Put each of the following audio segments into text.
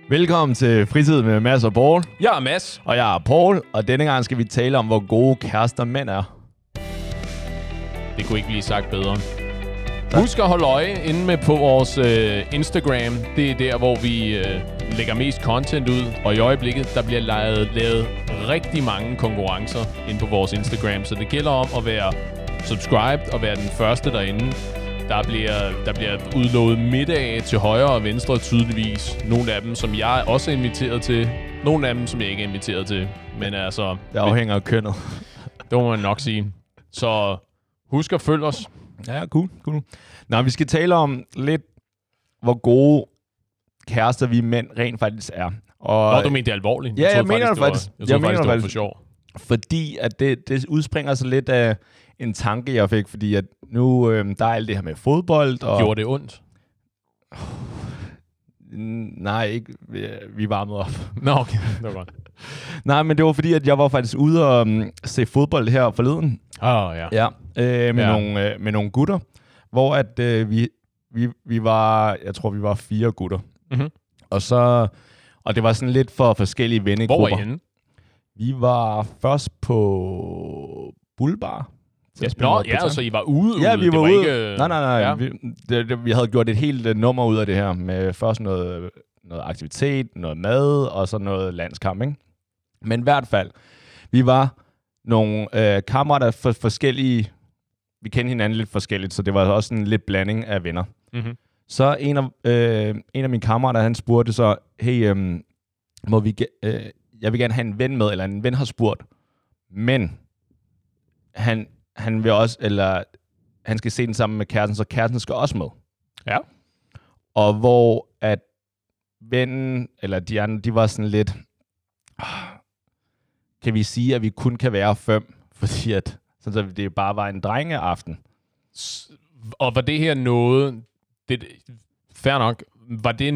Velkommen til Fritid med Mads og Paul. Jeg er Mads. Og jeg er Paul, og denne gang skal vi tale om, hvor gode kærester mænd er. Det kunne ikke blive sagt bedre. Husk at holde øje inde med på vores Instagram. Det er der, hvor vi lægger mest content ud. Og i øjeblikket, der bliver lavet rigtig mange konkurrencer inde på vores Instagram. Så det gælder om at være subscribed og være den første derinde. Der bliver udlovet middage til højre og venstre tydeligvis. Nogle af dem, som jeg også er inviteret til. Nogle af dem, som jeg ikke er inviteret til. Men altså... Det afhænger af kønnet. Det må man nok sige. Så husk at følge os. Ja, cool. Nå, vi skal tale om lidt, hvor gode kærester vi mænd rent faktisk er. Og Nå, du mener det alvorligt? Ja, jeg mener det faktisk. Jeg mener det var for sjov. Fordi at det udspringer så lidt af en tanke, jeg fik, fordi at nu der er alt det her med fodbold. Og gjorde det ondt? Nej, ikke. Vi varmede op. Nå, okay. Det var godt. Nej, men det var fordi, at jeg var faktisk ude og se fodbold her forleden. Ja. Ja, med nogle gutter, hvor at vi var, jeg tror, vi var 4 gutter. Mm-hmm. Og det var sådan lidt for forskellige vennegrupper. Hvor var I henne? Vi var først på Bullbar. Så I var ude? Ja, vi var ude. Ikke, nej. Ja. Vi havde gjort et helt nummer ud af det her, med først noget aktivitet, noget mad, og så noget landskamp, ikke? Men i hvert fald, vi var nogle kammerater for forskellige... Vi kendte hinanden lidt forskelligt, så det var også en lidt blanding af venner. Mm-hmm. Så en af mine kammerater, han spurgte så, hey, jeg vil gerne have en ven med, eller en ven har spurgt, men han vil også, eller han skal se den sammen med kæresten, så kæresten skal også med. Ja. Og hvor at vennen, eller de andre, de var sådan lidt, kan vi sige, at vi kun kan være 5, fordi at så det bare var en drengeaften. Og var det her noget, fair nok, var det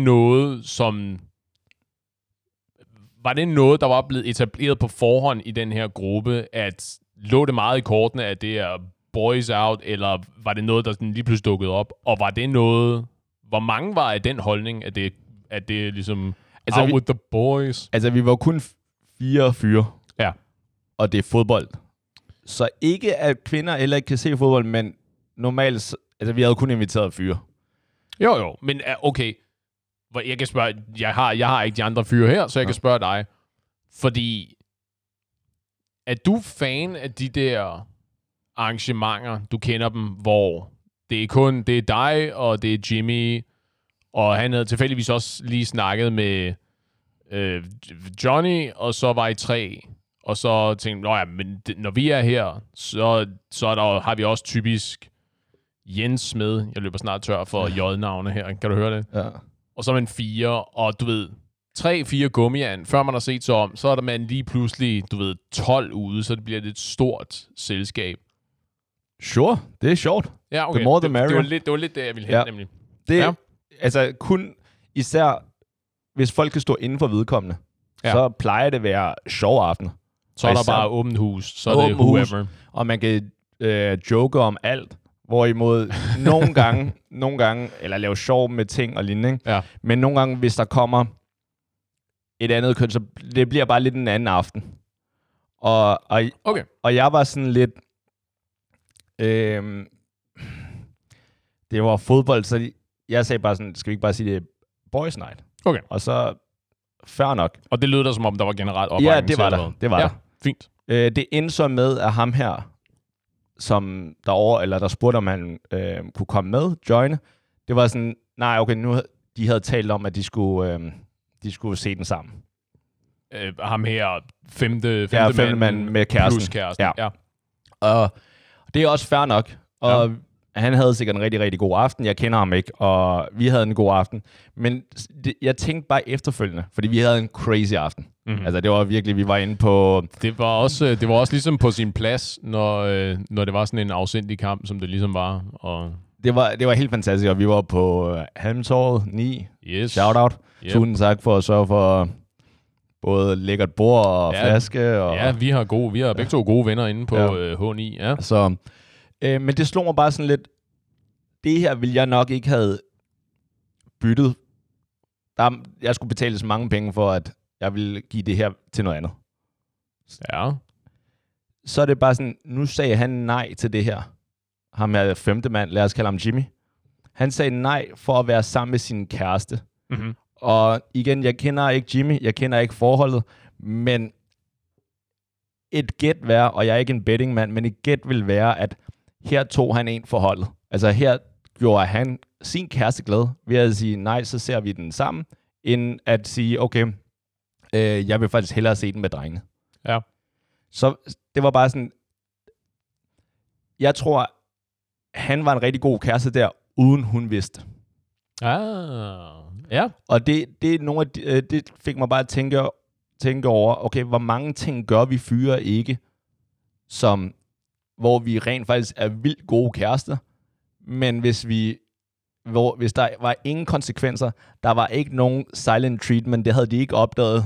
noget, der var blevet etableret på forhånd i den her gruppe, at lå det meget i kortene, at det er boys out, eller var det noget, der sådan lige pludselig dukkede op? Og var det noget, hvor mange var af den holdning, at det ligesom altså out with the boys? Altså, vi var kun 4 fyre. Ja. Og det er fodbold. Så ikke at kvinder eller ikke kan se fodbold, men normalt, altså vi havde kun inviteret fyre. Jo, men okay. Jeg kan spørge, jeg har ikke de andre fyre her, så jeg kan spørge dig. Fordi, er du fan af de der arrangementer, du kender dem, hvor det er dig, og det er Jimmy, og han havde tilfældigvis også lige snakket med Johnny, og så var I 3, og så tænkte jeg, men når vi er her, så har vi også typisk Jens med. Jeg løber snart tør for J-navne her. Kan du høre det? Ja. Og så er man 4, og du ved, 3-4 gummiand, før man har set sig om, så er der man lige pludselig, 12 ude, så det bliver et stort selskab. Sure, det er sjovt. Ja, okay. The more the merrier. Det var lidt det, jeg ville hen, nemlig. Altså kun især, hvis folk kan stå inden for vedkommende, så plejer det at være sjov aften. Så er der bare åbent hus, så er det whoever. Og man kan joke om alt. Hvorimod nogle gange, eller lave sjov med ting og lignende, ja. Men nogle gange, hvis der kommer et andet køn, så det bliver bare lidt en anden aften. Og jeg var sådan lidt, det var fodbold, så jeg sagde bare sådan, skal vi ikke bare sige det boys night? Okay. Og så, fair nok. Og det lød der, som om der var generelt opbakning. Ja, det var der. Fint. Det endte så med, at ham her, som der spurgte, om han kunne komme med, joine. Det var sådan, nej, okay, nu de havde talt om, at de skulle se den sammen. Ham her, femte mand med kæresten. Plus kæresten. Ja. Og det er også fair nok. Og han havde sikkert en rigtig, rigtig god aften. Jeg kender ham ikke, og vi havde en god aften. Men jeg tænkte bare efterfølgende, fordi vi havde en crazy aften. Mm-hmm. Altså, det var virkelig, vi var inde på... Det var også ligesom på sin plads, når det var sådan en afsindig kamp, som det ligesom var. Og... Det var helt fantastisk, og vi var på Halmtorvet 9. Yes. Shout-out. Yep. Tusind tak for at sørge for både lækkert bord og flaske. Og... Ja, vi har begge to gode venner inde på H9. Ja. Så, men det slog mig bare sådan lidt, det her ville jeg nok ikke have byttet jeg skulle betale så mange penge for, at jeg ville give det her til noget andet. Ja. Så er det bare sådan, nu sagde han nej til det her. Ham er 5. mand, lad os kalde ham Jimmy. Han sagde nej for at være sammen med sin kæreste. Mm-hmm. Og igen, jeg kender ikke Jimmy, jeg kender ikke forholdet, men et gæt være, og jeg er ikke en bettingmand, men et gæt vil være, at her tog han en forholdet. Altså her gjorde han sin kæreste glad ved at sige, nej, så ser vi den sammen, end at sige, okay, jeg vil faktisk hellere se den med drengene. Ja. Så det var bare sådan, jeg tror, han var en rigtig god kæreste der, uden hun vidste. Ja. Og det er nogle af det fik mig bare at tænke over, okay, hvor mange ting gør vi fyre ikke, hvor vi rent faktisk er vildt gode kærester, men hvis der var ingen konsekvenser, der var ikke nogen silent treatment, det havde de ikke opdaget,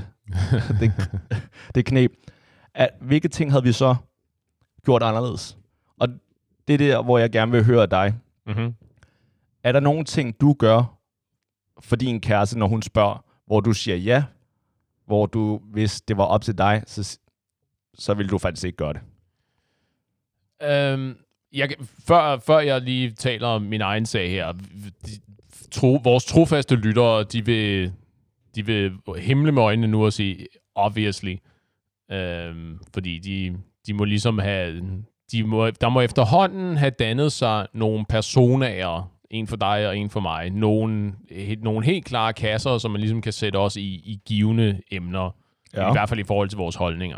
det knep. Hvilke ting havde vi så gjort anderledes? Og det er der, hvor jeg gerne vil høre dig. Mm-hmm. Er der nogle ting, du gør for din kæreste, når hun spørger, hvor du siger ja, hvor du, hvis det var op til dig, så ville du faktisk ikke gøre det? Før jeg lige taler om min egen sag her, vores trofaste lyttere, de vil himle med øjnene nu og sige, obviously. Fordi de må ligesom der må efterhånden have dannet sig nogle personaer, en for dig og en for mig, nogle helt klare kasser, som man ligesom kan sætte os i givende emner, i hvert fald i forhold til vores holdninger.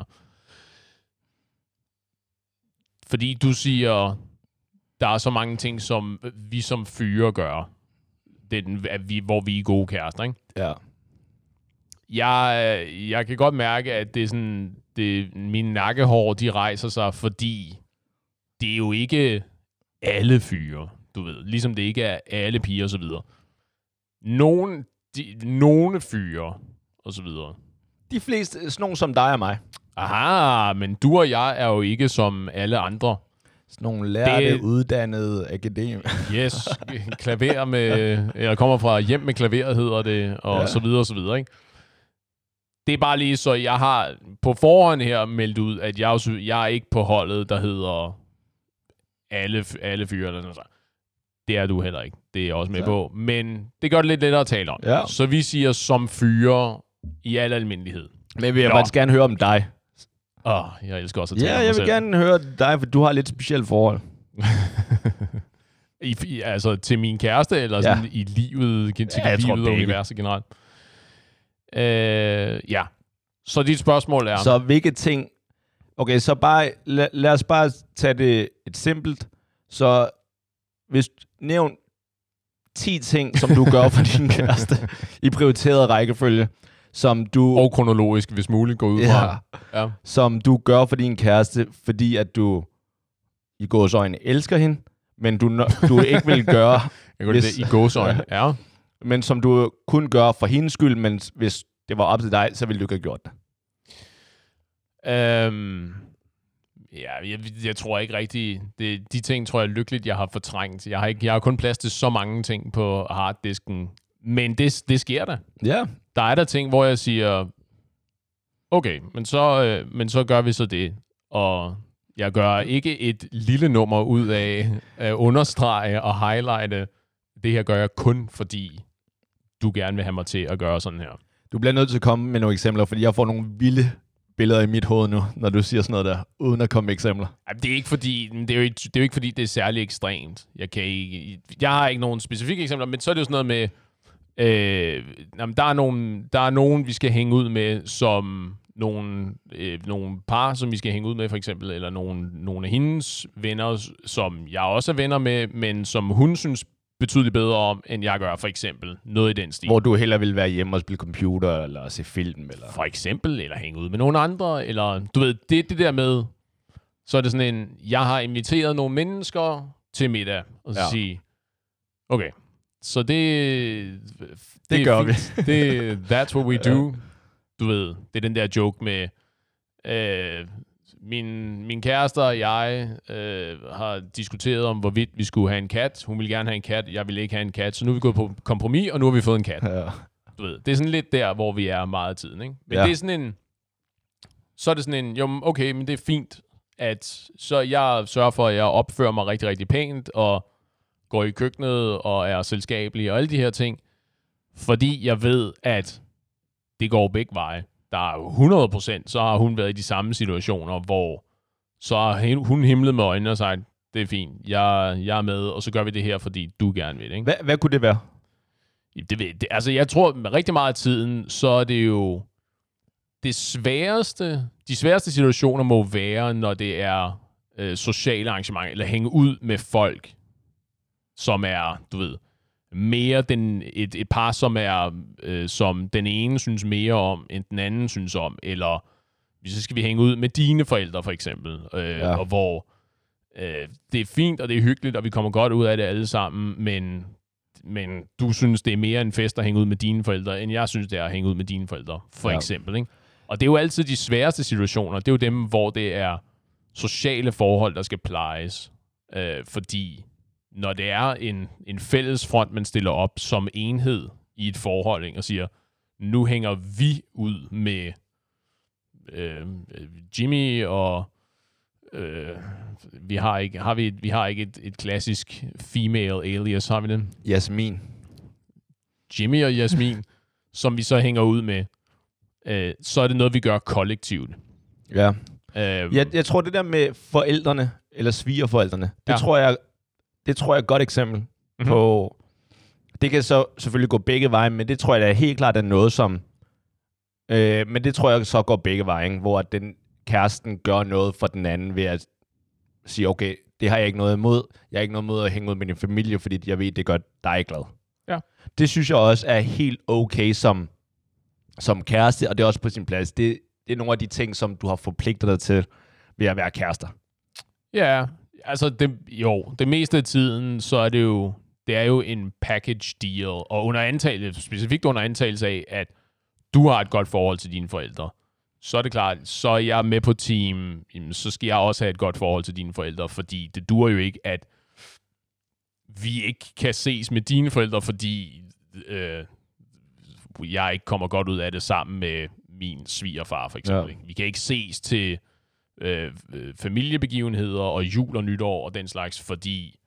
Fordi du siger, der er så mange ting, som vi som fyre gør, hvor vi er gode kærester, ikke? Ja. Jeg kan godt mærke, at det er sådan, mine nakkehår, de rejser sig, fordi det er jo ikke alle fyre, du ved. Ligesom det ikke er alle piger og så videre. Nogle fyre og så videre. De fleste, sådan nogen som dig og mig. Aha, men du og jeg er jo ikke som alle andre. Sådan nogle lærte, uddannede akademikere. Yes, klaver eller kommer fra hjem med klaveret, hedder det, og så videre og så videre, ikke? Det er bare lige så, jeg har på forhånd her meldt ud, at jeg er ikke på holdet, der hedder alle fyre eller sådan noget. Det er du heller ikke. Det er jeg også med på. Men det gør det lidt lettere at tale om. Ja. Så vi siger som fyre i al almindelighed. Men vil jeg faktisk gerne høre om dig. Jeg elsker også at tale om mig jeg vil selv. gerne høre dig, for du har lidt specielt forhold. Altså til min kæreste, eller sådan i livet, til livet og universet generelt? Ja. Så dit spørgsmål er... Så hvilke ting... Okay, så bare lad os bare tage det et simpelt. Så hvis nævn 10 ting, som du gør for din kæreste i prioriteret rækkefølge, som du... Og kronologisk, hvis muligt, går ud fra. Ja. Som du gør for din kæreste, fordi at du i gåseøjne elsker hende, men du ikke vil gøre... I gåseøjne, ja. Men som du kun gør for hendes skyld, men hvis det var op til dig, så ville du ikke have gjort det. Jeg tror ikke rigtigt. De ting tror jeg lykkeligt, jeg har fortrængt. Jeg har kun plads til så mange ting på harddisken. Men det sker da. Ja. Der er der ting, hvor jeg siger, okay, men så gør vi så det. Og jeg gør ikke et lille nummer ud af at understrege og highlighte. Det her gør jeg kun fordi, du gerne vil have mig til at gøre sådan her. Du bliver nødt til at komme med nogle eksempler, fordi jeg får nogle vilde billeder i mit hoved nu, når du siger sådan noget der, uden at komme med eksempler. Det er ikke fordi, det er ikke fordi, det er særlig ekstremt. Jeg har ikke nogen specifikke eksempler, men så er det jo sådan noget med, der er nogen, vi skal hænge ud med, som nogle par, som vi skal hænge ud med, for eksempel, eller nogle af hendes venner, som jeg også er venner med, men som hun synes betydeligt bedre om, end jeg gør, for eksempel. Noget i den stil. Hvor du hellere vil være hjemme og spille computer, eller se film, eller... For eksempel, eller hænge ud med nogle andre, eller... Du ved, det der med... Så er det sådan en... Jeg har inviteret nogle mennesker til middag, og så sige... Okay, så det gør vi. That's what we do. Du ved, det er den der joke med... Min kæreste og jeg har diskuteret om, hvorvidt vi skulle have en kat. Hun ville gerne have en kat, jeg ville ikke have en kat. Så nu er vi gået på kompromis, og nu har vi fået en kat. Ja. Du ved, det er sådan lidt der, hvor vi er meget af tiden, ikke? Men det er sådan en... Så er det sådan en, jo, okay, men det er fint, at så jeg sørger for, at jeg opfører mig rigtig, rigtig pænt, og går i køkkenet, og er selskabelig, og alle de her ting, fordi jeg ved, at det går begge veje. Der er 100%, så har hun været i de samme situationer, hvor så har hun himlet med øjnene og sagt, det er fint, jeg er med, og så gør vi det her, fordi du gerne vil, ikke? Hvad kunne det være? Altså, jeg tror, med rigtig meget af tiden, så er det jo de sværeste situationer må være, når det er sociale arrangementer, eller hænge ud med folk, som er, du ved, mere et par, som er, som den ene synes mere om, end den anden synes om, eller så skal vi hænge ud med dine forældre, for eksempel, og hvor det er fint, og det er hyggeligt, og vi kommer godt ud af det alle sammen, men du synes, det er mere en fest at hænge ud med dine forældre, end jeg synes, det er at hænge ud med dine forældre, for eksempel, ikke? Og det er jo altid de sværeste situationer. Det er jo dem, hvor det er sociale forhold, der skal plejes. Fordi når det er en fælles front, man stiller op som enhed i et forhold, ikke, og siger, nu hænger vi ud med Jimmy, og vi har ikke et klassisk female alias, har vi den? Jasmin. Jimmy og Jasmin, som vi så hænger ud med. Så er det noget, vi gør kollektivt. Ja. Jeg tror, det der med forældrene, eller svigerforældrene, det tror jeg er et godt eksempel på... Det kan så selvfølgelig gå begge veje, men det tror jeg da helt klart er noget, som... men det tror jeg så går begge veje, ikke? Hvor den kæresten gør noget for den anden ved at sige, okay, det har jeg ikke noget imod. Jeg har ikke noget imod at hænge ud med din familie, fordi jeg ved, det gør dig glad. Ja. Det synes jeg også er helt okay som kæreste, og det er også på sin plads. Det er nogle af de ting, som du har forpligtet dig til ved at være kærester. Ja, altså det meste af tiden, så er det er jo en package deal, og specifikt under antagelse af, at du har et godt forhold til dine forældre, så er det klart, så er jeg med på team, så skal jeg også have et godt forhold til dine forældre, fordi det duer jo ikke, at vi ikke kan ses med dine forældre, fordi jeg ikke kommer godt ud af det sammen med min svigerfar, for eksempel. Ja. Vi kan ikke ses til familiebegivenheder og jul og nytår og den slags, fordi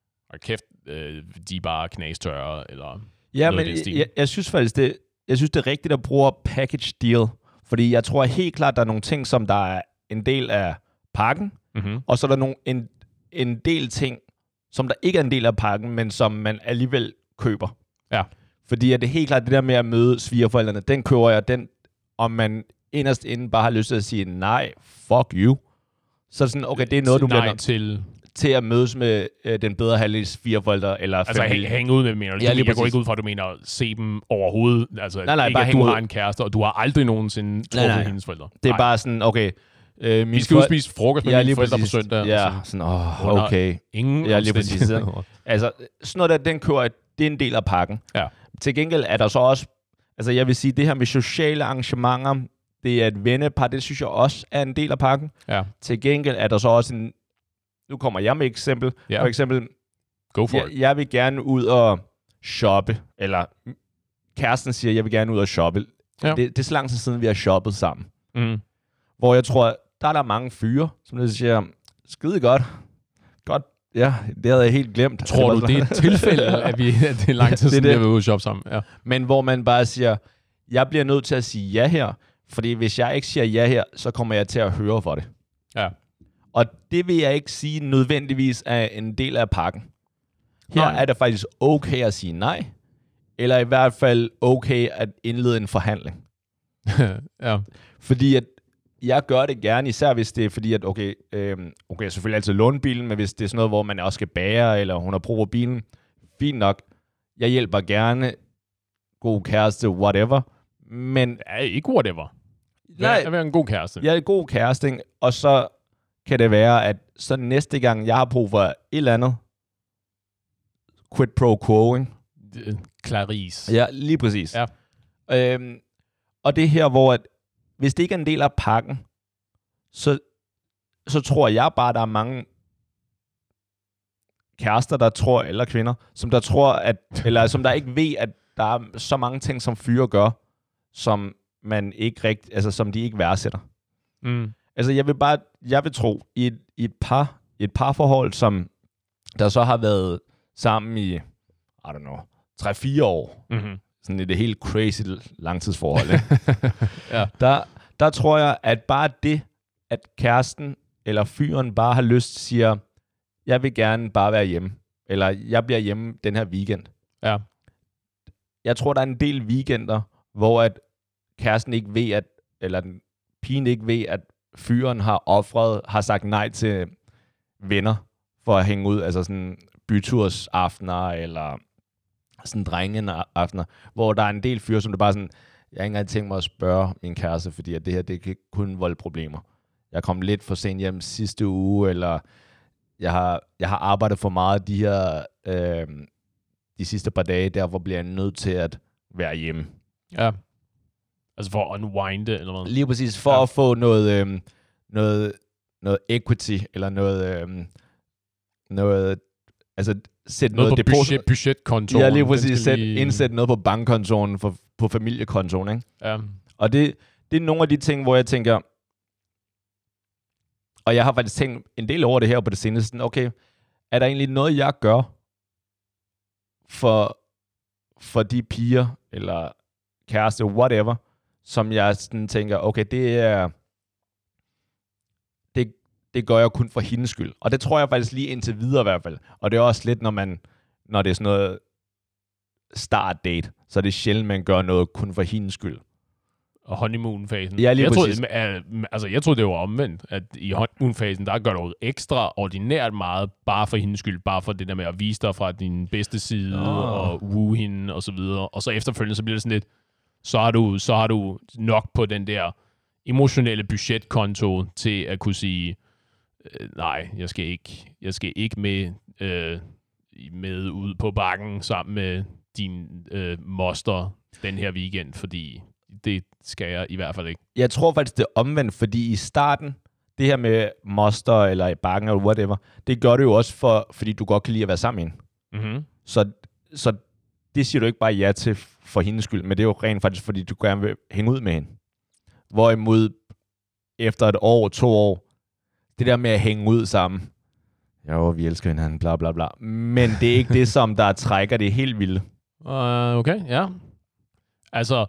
de er bare knastørre, eller noget af den stil. Jeg synes faktisk, det er rigtigt at bruge package deal, fordi jeg tror helt klart, der er nogle ting, som der er en del af pakken, og så er der en del ting, som der ikke er en del af pakken, men som man alligevel køber. Ja. Fordi det er helt klart det der med at møde svigerforældrene, den køber jeg, om man inderst inden bare har lyst til at sige, nej, fuck you. Så sådan, okay, det er noget, du bliver til at mødes med den bedre halvdels svigerforældre, eller altså hænge ud med dem, mener du? Jeg går ikke ud fra, at du mener se dem overhovedet. Altså, nej, ikke, at du har en kæreste, og du har aldrig nogensinde truffet hendes forældre. Det er bare sådan, okay... vi skal jo spise frokost med mine forældre på søndag. Ja, sådan, okay. Ingen lige præcis. Altså, sådan noget der, den kører, det er en del af pakken. Ja. Til gengæld er der så også, altså jeg vil sige, det her med sociale arrangementer, det er et vennepar, det synes jeg også er en del af pakken. Ja. Til gengæld er der så også nu kommer jeg med et eksempel. For eksempel, go for it. Jeg vil gerne ud og shoppe, eller kæresten siger, jeg vil gerne ud og shoppe. Ja. Det er så lang tid siden, vi har shoppet sammen. Hvor jeg tror, der er mange fyre, som der siger, skide godt. Godt, ja, det havde jeg helt glemt. Tror du, det er et tilfælde, at det er lang tid siden, vi har været ude og shoppe sammen? Ja. Men hvor man bare siger, jeg bliver nødt til at sige ja her, fordi hvis jeg ikke siger ja her, så kommer jeg til at høre for det. Ja. Og det vil jeg ikke sige nødvendigvis er en del af pakken. Her er det faktisk okay at sige nej, eller i hvert fald okay at indlede en forhandling. Ja. Fordi at jeg gør det gerne, især hvis det er fordi, at okay, selvfølgelig altid låne bilen, men hvis det er sådan noget, hvor man også skal bære, eller hun har brug for bilen, fint nok. Jeg hjælper gerne, god kæreste, whatever. Men ikke whatever. Nej, at være en god kæreste. Jeg er en god kæreste, ikke? Og så kan det være, at så næste gang, jeg har brug for et eller andet, quid pro quo, ikke? Clarice. Ja, lige præcis. Ja. Og det her, hvor at, hvis det ikke er en del af pakken, så tror jeg bare, der er mange kærester, der tror, eller kvinder, som der tror, eller som der ikke ved, at der er så mange ting, som fyre gør, som man ikke rigtig, altså som de ikke værdsætter. Altså jeg vil tro, i et parforhold, som der så har været sammen i, I don't know, 3-4 år, sådan i det helt crazy langtidsforhold, ja. der tror jeg, at bare det, at kæresten eller fyren bare har lyst, siger, jeg vil gerne bare være hjemme, eller jeg bliver hjemme den her weekend. Ja. Jeg tror, der er en del weekender, hvor at kæresten ikke ved, eller pigen ikke ved, at fyren har sagt nej til venner for at hænge ud, altså sådan bytursaftener, eller sådan drengeaftener, hvor der er en del fyre, som det bare sådan, jeg har ikke engang tænkt mig at spørge min kæreste, fordi at det her, det kan kun volde problemer. Jeg kom lidt for sent hjem sidste uge, eller jeg har arbejdet for meget de sidste par dage, derfor bliver jeg nødt til at være hjemme. Ja. Altså for at unwinde, eller hvad? Lige præcis, for at få noget equity, eller noget altså sætte noget på budgetkontoen. Ja, lige præcis, indsætte noget på bankkontoen, på familiekontoen, ikke? Ja. Og det er nogle af de ting, hvor jeg tænker, og jeg har faktisk tænkt en del over det her på det seneste, okay, er der egentlig noget, jeg gør for de piger, eller kæreste, whatever, som jeg sådan tænker, okay, det gør jeg kun for hendes skyld. Og det tror jeg faktisk lige indtil videre i hvert fald. Og det er også lidt, når det er sådan noget start date, så er det sjældent, man gør noget kun for hendes skyld. Og honeymoon-fasen. Ja, lige jeg troede, det var omvendt, at i honeymoon-fasen, der gør du ekstraordinært meget, bare for hendes skyld, bare for det der med at vise dig fra din bedste side, og woo hende, og så videre. Og så efterfølgende, så bliver det sådan lidt, så har du nok på den der emotionelle budgetkonto til at kunne sige, nej, jeg skal ikke med ud på bakken sammen med din moster den her weekend, fordi det skal jeg i hvert fald ikke. Jeg tror faktisk, det er omvendt, fordi i starten, det her med moster eller i bakken eller whatever, det gør du jo også fordi du godt kan lide at være sammen med hende. Mm-hmm. Så det siger du ikke bare ja til for hendes skyld, men det er jo rent faktisk, fordi du gerne vil hænge ud med hende. Hvorimod efter 1 år, 2 år, det der med at hænge ud sammen, jo, vi elsker hinanden, bla bla bla, men det er ikke det, som der trækker det helt vilde. Okay, ja. Altså,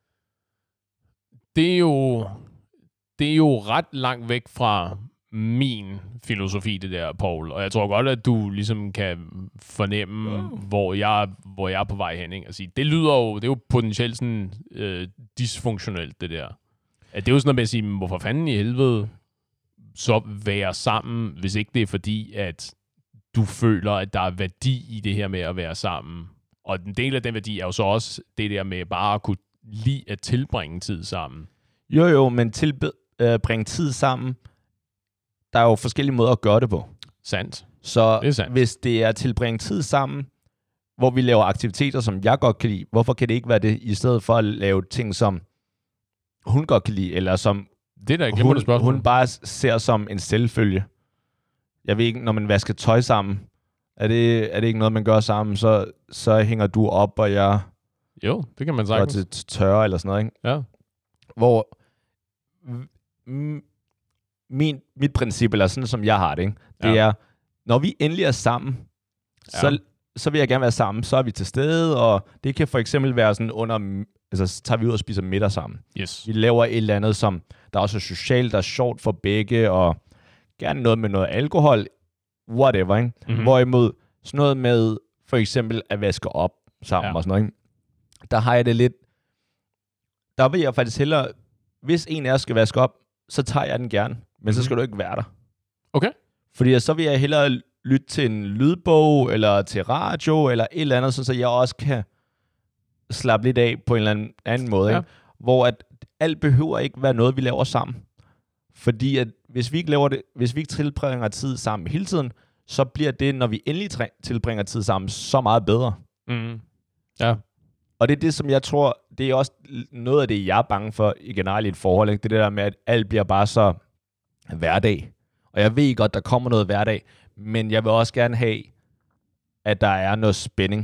det er jo ret langt væk fra min filosofi, det der, Paul. Og jeg tror godt, at du ligesom kan fornemme, hvor jeg er på vej hen. Ikke? Altså, det er jo potentielt sådan dysfunktionelt, det der. At det er jo sådan noget med at sige, hvorfor fanden i helvede så være sammen, hvis ikke det er fordi, at du føler, at der er værdi i det her med at være sammen. Og en del af den værdi er jo så også det der med bare at kunne lide at tilbringe tid sammen. Jo, men bringe tid sammen, der er jo forskellige måder at gøre det på. Sandt. Så det er sandt. Hvis det er at tilbringe tid sammen, hvor vi laver aktiviteter, som jeg godt kan lide, hvorfor kan det ikke være det, i stedet for at lave ting, som hun godt kan lide, eller som det der hun bare ser som en selvfølge. Jeg ved ikke, når man vasker tøj sammen, er det ikke noget, man gør sammen, så hænger du op, og jeg jo, det kan man sagtens. Går til tørre eller sådan noget, ikke? Ja. Hvor mit princip, eller sådan som jeg har det, ikke? Det er, når vi endelig er sammen, så vil jeg gerne være sammen, så er vi til stede, og det kan for eksempel være sådan så tager vi ud og spiser middag sammen. Yes. Vi laver et eller andet, som der også er socialt, der er sjovt for begge, og gerne noget med noget alkohol, whatever, ikke? Mm-hmm. Hvorimod sådan noget med for eksempel at vaske op sammen og sådan noget, ikke? Der har jeg det lidt, der vil jeg faktisk hellere, hvis en af os skal vaske op, så tager jeg den gerne, men så skal du ikke være der. Okay. Fordi så vil jeg hellere lytte til en lydbog, eller til radio, eller et eller andet, så jeg også kan slappe lidt af på en eller anden måde, ikke? Hvor at alt behøver ikke være noget, vi laver sammen. Fordi at hvis vi ikke laver det, hvis vi ikke tilbringer tid sammen hele tiden, så bliver det, når vi endelig tilbringer tid sammen, så meget bedre. Mm. Ja. Og det er det, som jeg tror, det er også noget af det, jeg er bange for i generelt i et forhold, ikke? Det der med, at alt bliver bare så hverdag. Og jeg ved godt, der kommer noget hverdag, men jeg vil også gerne have, at der er noget spænding.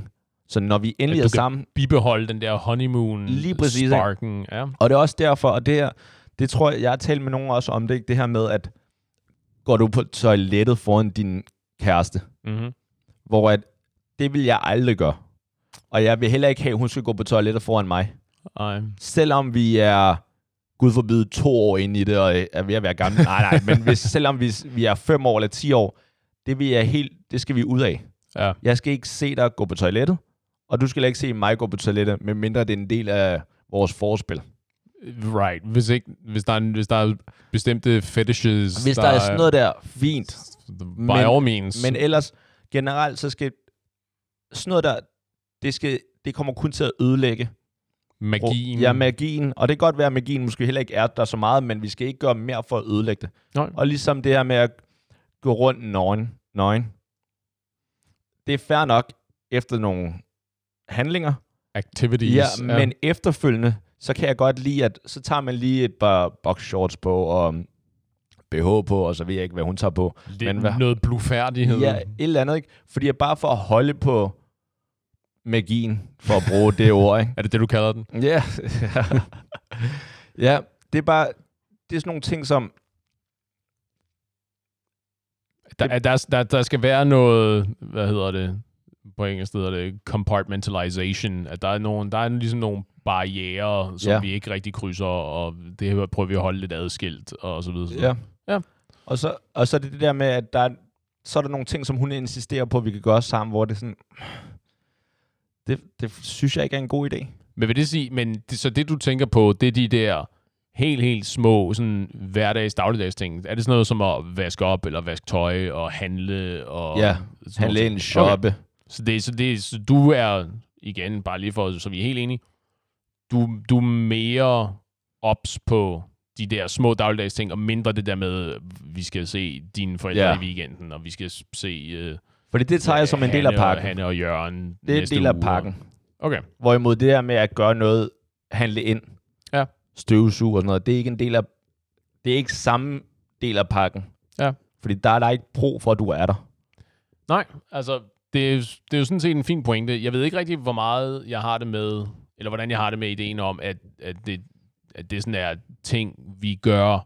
Så når vi endelig er sammen... bibeholde den der honeymoon lige præcis, sparken. Ja. Og det er også derfor, og det tror jeg har talt med nogen også om det her med, at går du på toilettet foran din kæreste, hvor at, det vil jeg aldrig gøre. Og jeg vil heller ikke have, at hun skal gå på toilettet foran mig. Ej. Selvom vi er, gud forbyde, 2 år inde i det, og er ved at være gamle. Nej, men selvom vi er 5 år eller 10 år, det skal vi ud af. Ja. Jeg skal ikke se dig gå på toilettet, og du skal ikke se mig gå på toilettet, medmindre det er en del af vores forspil. Right. Hvis der er bestemte fetishes... Hvis der er sådan noget der, fint. By all means. Men ellers, generelt, så skal sådan noget der, det kommer kun til at ødelægge magien. Ja, magien. Og det kan godt være, at magien måske heller ikke er der så meget, men vi skal ikke gøre mere for at ødelægge det. Nej. Og ligesom det her med at gå rundt nøgen. Det er fair nok efter nogle handlinger. Activities. Ja, men efterfølgende, så kan jeg godt lide, at så tager man lige et par boxshorts på, og BH på, og så ved jeg ikke, hvad hun tager på. Noget blufærdighed. Ja, et eller andet, ikke? Fordi jeg bare for at holde på magien, for at bruge det ord, ikke? Er det det, du kalder den? Ja. Ja, det er sådan nogle ting, som... Der skal være noget, hvad hedder det, på engelsk hedder det, compartmentalization. At der er ligesom nogle barrierer, som vi ikke rigtig krydser, og det prøver vi at holde lidt adskilt, og så videre. Ja. Og så er det der med, at så er der nogle ting, som hun insisterer på, at vi kan gøre sammen, hvor det er sådan... Det synes jeg ikke er en god idé. Men vil det sige, så det du tænker på, det er de der helt små sådan hverdags, dagligdags ting. Er det sådan noget som at vaske op, eller vaske tøj, og handle, og... Ja, handle ind, shoppe. Okay. Så du er, igen, bare lige for, så vi er helt enige, du er mere ops på de der små dagligdags ting, og mindre det der med, vi skal se dine forældre i weekenden, og vi skal se... Fordi det tager jeg som en del af pakken. Hanne og Jørgen. Det er en del af pakken. Okay. Hvorimod det der med at gøre noget, handle ind, støvsuge og sådan noget, det er ikke en del af... Det er ikke samme del af pakken. Ja. Fordi der er ikke brug for, at du er der. Nej, altså, det er jo sådan set en fin pointe. Jeg ved ikke rigtig, hvor meget jeg har det med, eller hvordan jeg har det med ideen om, at det sådan er ting, vi gør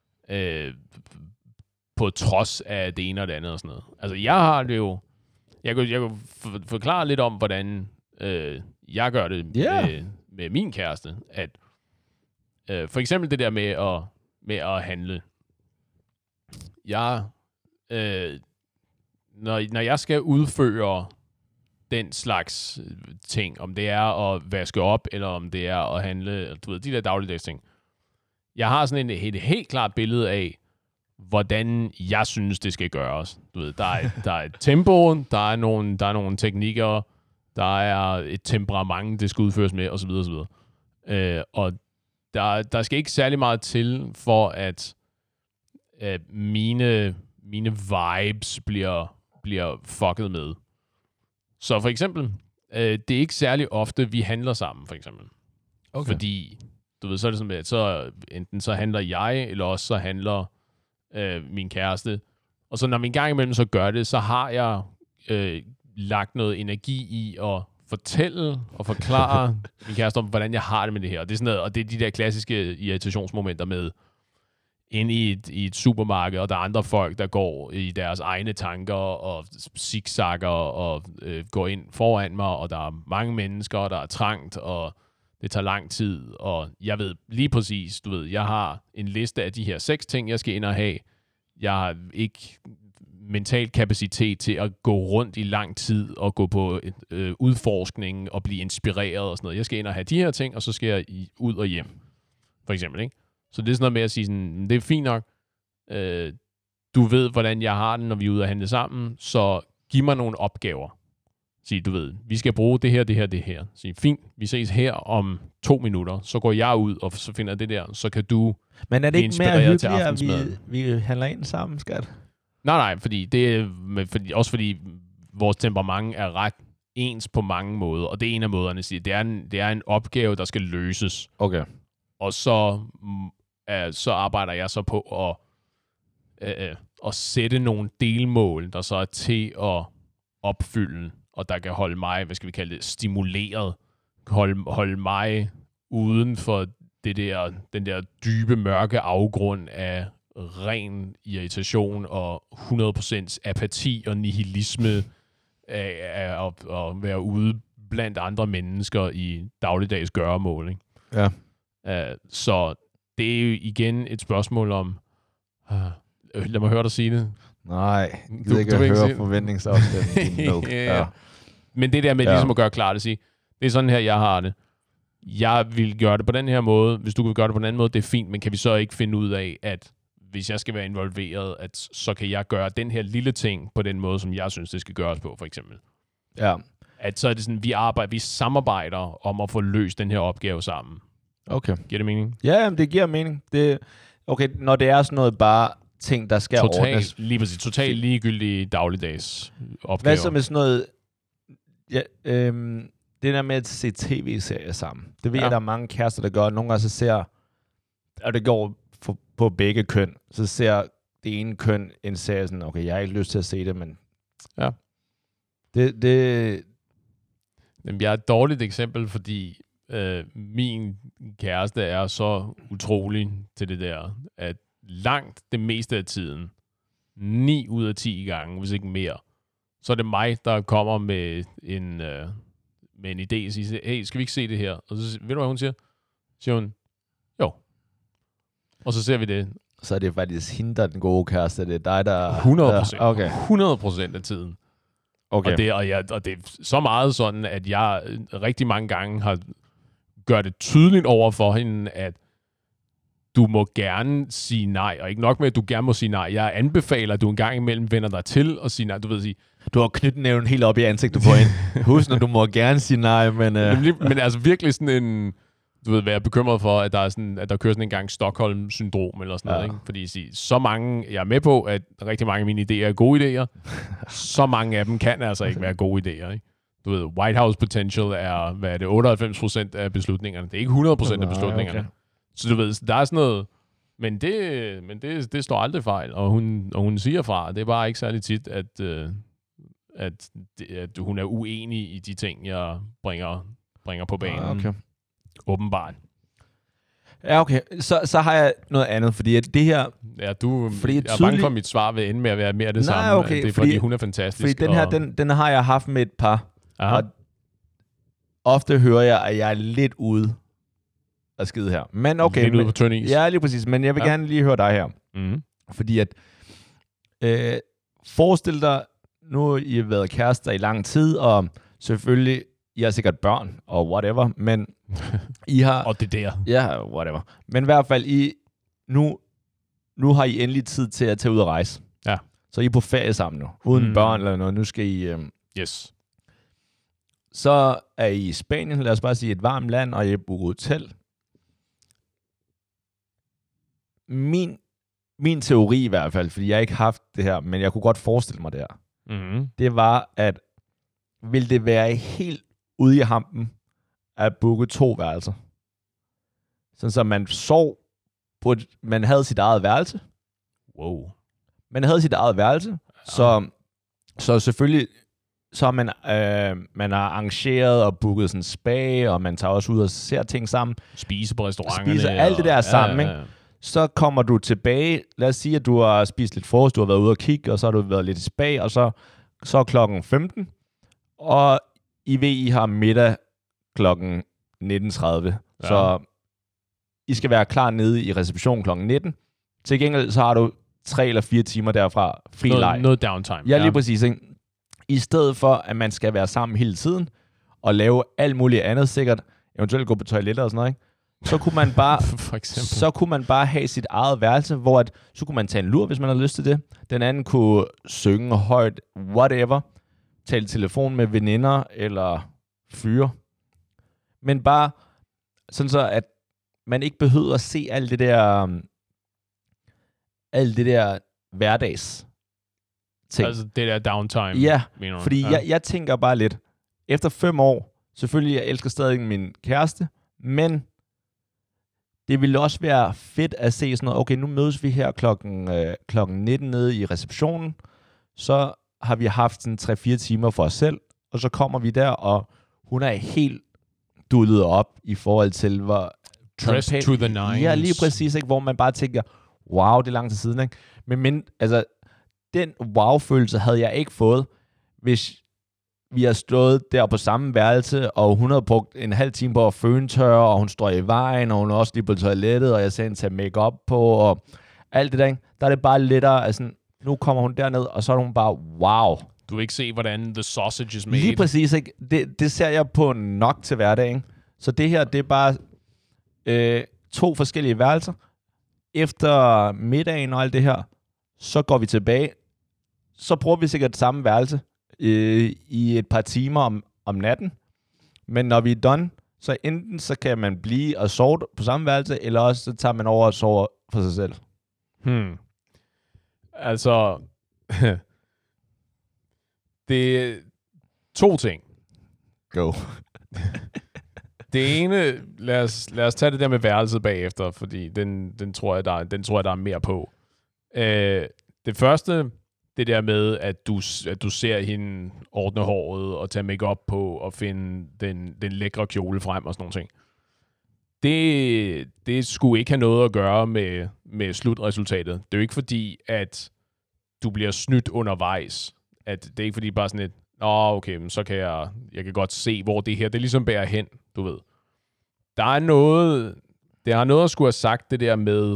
på trods af det ene og det andet og sådan noget. Altså, jeg har det jo... Jeg kan forklare lidt om, hvordan jeg gør det med min kæreste. At for eksempel det der med at handle. Når jeg skal udføre den slags ting, om det er at vaske op, eller om det er at handle, du ved, de der dagligdags ting. Jeg har sådan et helt klart billede af, hvordan jeg synes, det skal gøres. Du ved, der er et tempo, der er nogle teknikker, der er et temperament, det skal udføres med, osv. osv. Og der skal ikke særlig meget til, for at mine vibes bliver fucket med. Så for eksempel, det er ikke særlig ofte, vi handler sammen, for eksempel. Okay. Fordi, du ved, så er det sådan, at så enten så handler jeg, eller også så handler min kæreste. Og så når vi en gang imellem så gør det, så har jeg lagt noget energi i at fortælle og forklare min kæreste om, hvordan jeg har det med det her. Og det er sådan noget, og det er de der klassiske irritationsmomenter med ind i et supermarked, og der er andre folk, der går i deres egne tanker og zigzagger og går ind foran mig, og der er mange mennesker, og der er trangt, og det tager lang tid, og jeg ved lige præcis, du ved, jeg har en liste af de her 6 ting, jeg skal ind og have. Jeg har ikke mental kapacitet til at gå rundt i lang tid og gå på udforskning og blive inspireret og sådan noget. Jeg skal ind og have de her ting, og så skal jeg ud og hjem, for eksempel, ikke? Så det er sådan noget med at sige sådan, det er fint nok, du ved, hvordan jeg har den, når vi er ude og handle sammen, så giv mig nogle opgaver. Sig, du ved, vi skal bruge det her, det her, det her. Sig, fint, vi ses her om 2 minutter, så går jeg ud, og så finder det der, så kan du. Men er det ikke mere hyggeligt, at vi handler ind sammen, skat? Nej, fordi vores temperament er ret ens på mange måder, og det er en af måderne, siger, det er en opgave, der skal løses. Okay. Og så arbejder jeg så på at sætte nogle delmål, der så er til at opfylde. og der kan holde mig, hvad skal vi kalde det, stimuleret, holde mig uden for den der dybe, mørke afgrund af ren irritation og 100% apati og nihilisme af at være ude blandt andre mennesker i dagligdags gøremål. Ikke? Ja. Så det er jo igen et spørgsmål om... lad mig høre dig sige det. Nej, jeg ikke høre forventningsafstemningen. Ja. Men det der med ligesom at gøre klart at sige, det er sådan her, jeg har det. Jeg vil gøre det på den her måde. Hvis du vil gøre det på den anden måde, det er fint, men kan vi så ikke finde ud af, at hvis jeg skal være involveret, at så kan jeg gøre den her lille ting på den måde, som jeg synes, det skal gøres på, for eksempel. Ja. At så er det sådan, vi samarbejder om at få løst den her opgave sammen. Okay. Giver det mening? Ja, det giver mening. Okay, når det er sådan noget bare ting, der skal ordnes. Lige præcis. Totalt ligegyldige dagligdags opgaver. Hvad så med sådan noget... Ja, det der med at se tv-serier sammen. Det ved jeg, der er mange kærester, der gør. Nogle gange så ser... Og det går på begge køn. Så ser det ene køn en serie sådan, okay, jeg har ikke lyst til at se det, men... Ja. Jamen, jeg er et dårligt eksempel, fordi min kæreste er så utrolig til det der, at langt det meste af tiden, 9 ud af 10 gange, hvis ikke mere, så er det mig, der kommer med en idé og siger, hey, skal vi ikke se det her? Og så ved du, hvad hun siger? Siger hun, jo. Og så ser vi det. Så er det faktisk hende, der er den gode kæreste. Det er dig, der... 100%. Okay. 100% af tiden. Okay. Og det er så meget sådan, at jeg rigtig mange gange har gjort det tydeligt over for hende, at du må gerne sige nej, og ikke nok med, at du gerne må sige nej. Jeg anbefaler, at du en gang imellem vender dig til og sige nej. Du ved sige, du har knytnæven helt op i ansigtet på hende. Husk, når du må gerne sige nej, men... Men altså virkelig sådan en... Du ved, hvad jeg er bekymret for, at der er sådan, at der kører sådan en gang Stockholm-syndrom eller sådan noget, ikke? Fordi så mange... Jeg er med på, at rigtig mange af mine idéer er gode idéer. Så mange af dem kan altså ikke være gode idéer, ikke? Du ved, White House Potential er, hvad er det, 98% af beslutningerne. Det er ikke 100% af beslutningerne. Okay. Så du ved, der er sådan noget... Men det står aldrig fejl, og hun siger fra. Det er bare ikke særlig tit, at hun er uenig i de ting, jeg bringer på banen. Okay. Åbenbart. Ja, okay. Så har jeg noget andet, fordi at det her... Ja, jeg er bange for, at mit svar vil ende med at være mere det samme. Okay, det er fordi hun er fantastisk. Fordi den her, den har jeg haft med et par. Aha. Og ofte hører jeg, at jeg er lidt ude af skide her. Men okay. Lidt ude på tynd is. Ja, lige præcis. Men jeg vil gerne lige høre dig her. Mm-hmm. Fordi at... forestil dig, nu I har været kærester i lang tid, og selvfølgelig... I har sikkert børn, og whatever, men I har... og det der. Ja, whatever. Men i hvert fald, nu har I endelig tid til at tage ud og rejse. Ja. Så I er på ferie sammen nu, uden børn eller noget. Nu skal I... Yes. Så er I i Spanien, lad os bare sige et varmt land, og I er booket hotel. Min teori i hvert fald, fordi jeg ikke har haft det her, men jeg kunne godt forestille mig det her. Mm-hmm. Det var, at vil det være helt ude i hampen at booke 2 værelser. Sådan så man sov på man havde sit eget værelse. Wow. Man havde sit eget værelse, så selvfølgelig så har man har arrangeret og booket sådan spa, og man tager også ud og ser ting sammen. Spise på restauranterne. Spiser alt det der sammen, ikke? Så kommer du tilbage. Lad os sige, at du har spist lidt frokost, du har været ude og kigge, og så har du været lidt i spa, og så er klokken 15, og I har middag klokken 19.30. Ja. Så I skal være klar nede i receptionen klokken 19. Til gengæld så har du 3 eller 4 timer derfra fri leg. Noget downtime. Ja, lige præcis. Ikke? I stedet for, at man skal være sammen hele tiden, og lave alt muligt andet sikkert, eventuelt gå på toiletter og sådan noget, ikke? Så kunne man bare, så kunne man bare have sit eget værelse, hvor så kunne man tage en lur, hvis man havde lyst til det. Den anden kunne synge højt, whatever. Tale telefon med veninder eller fyre. Men bare sådan så, at man ikke behøver at se alt det der hverdags ting. Altså det der downtime. Ja, fordi jeg tænker bare lidt, efter 5 år, selvfølgelig jeg elsker stadig min kæreste, men det ville også være fedt at se sådan noget, okay, nu mødes vi her klokken 19 nede i receptionen, så har vi haft sådan 3-4 timer for os selv, og så kommer vi der, og hun er helt dullet op i forhold til, hvor... Dressed to the nines. Ja, lige præcis, ikke? Hvor man bare tænker, wow, det er lang tid siden, ikke? Men altså, den wow-følelse havde jeg ikke fået, hvis vi har stået der på samme værelse, og hun havde brugt en halv time på at føntørre, og hun står i vejen, og hun er også lige på toilettet, og jeg sagde hende tage make-up på, og alt det der, ikke? Der er det bare lettere, altså, nu kommer hun derned, og så er hun bare, wow. Du vil ikke se, hvordan the sausage is made. Lige præcis, ikke? Det ser jeg på nok til hverdag, ikke? Så det her, det er bare 2 forskellige værelser. Efter middagen og alt det her, så går vi tilbage. Så bruger vi sikkert samme værelse i et par timer om natten. Men når vi er done, så enten så kan man blive og sove på samme værelse, eller også så tager man over og sover for sig selv. Altså, det er 2 ting. Go. Det ene, lad os tage det der med værelset bagefter, fordi den tror jeg, der er mere på. Det første, det der med, at du ser hende ordne håret og tage make-up på og finde den lækre kjole frem og sådan nogle ting. Det skulle ikke have noget at gøre med slutresultatet. Det er jo ikke fordi, at du bliver snydt undervejs. At det er ikke fordi bare sådan et, okay, men så kan jeg kan godt se, hvor det her, det ligesom bærer hen, du ved. Der har noget at skulle have sagt, det der med,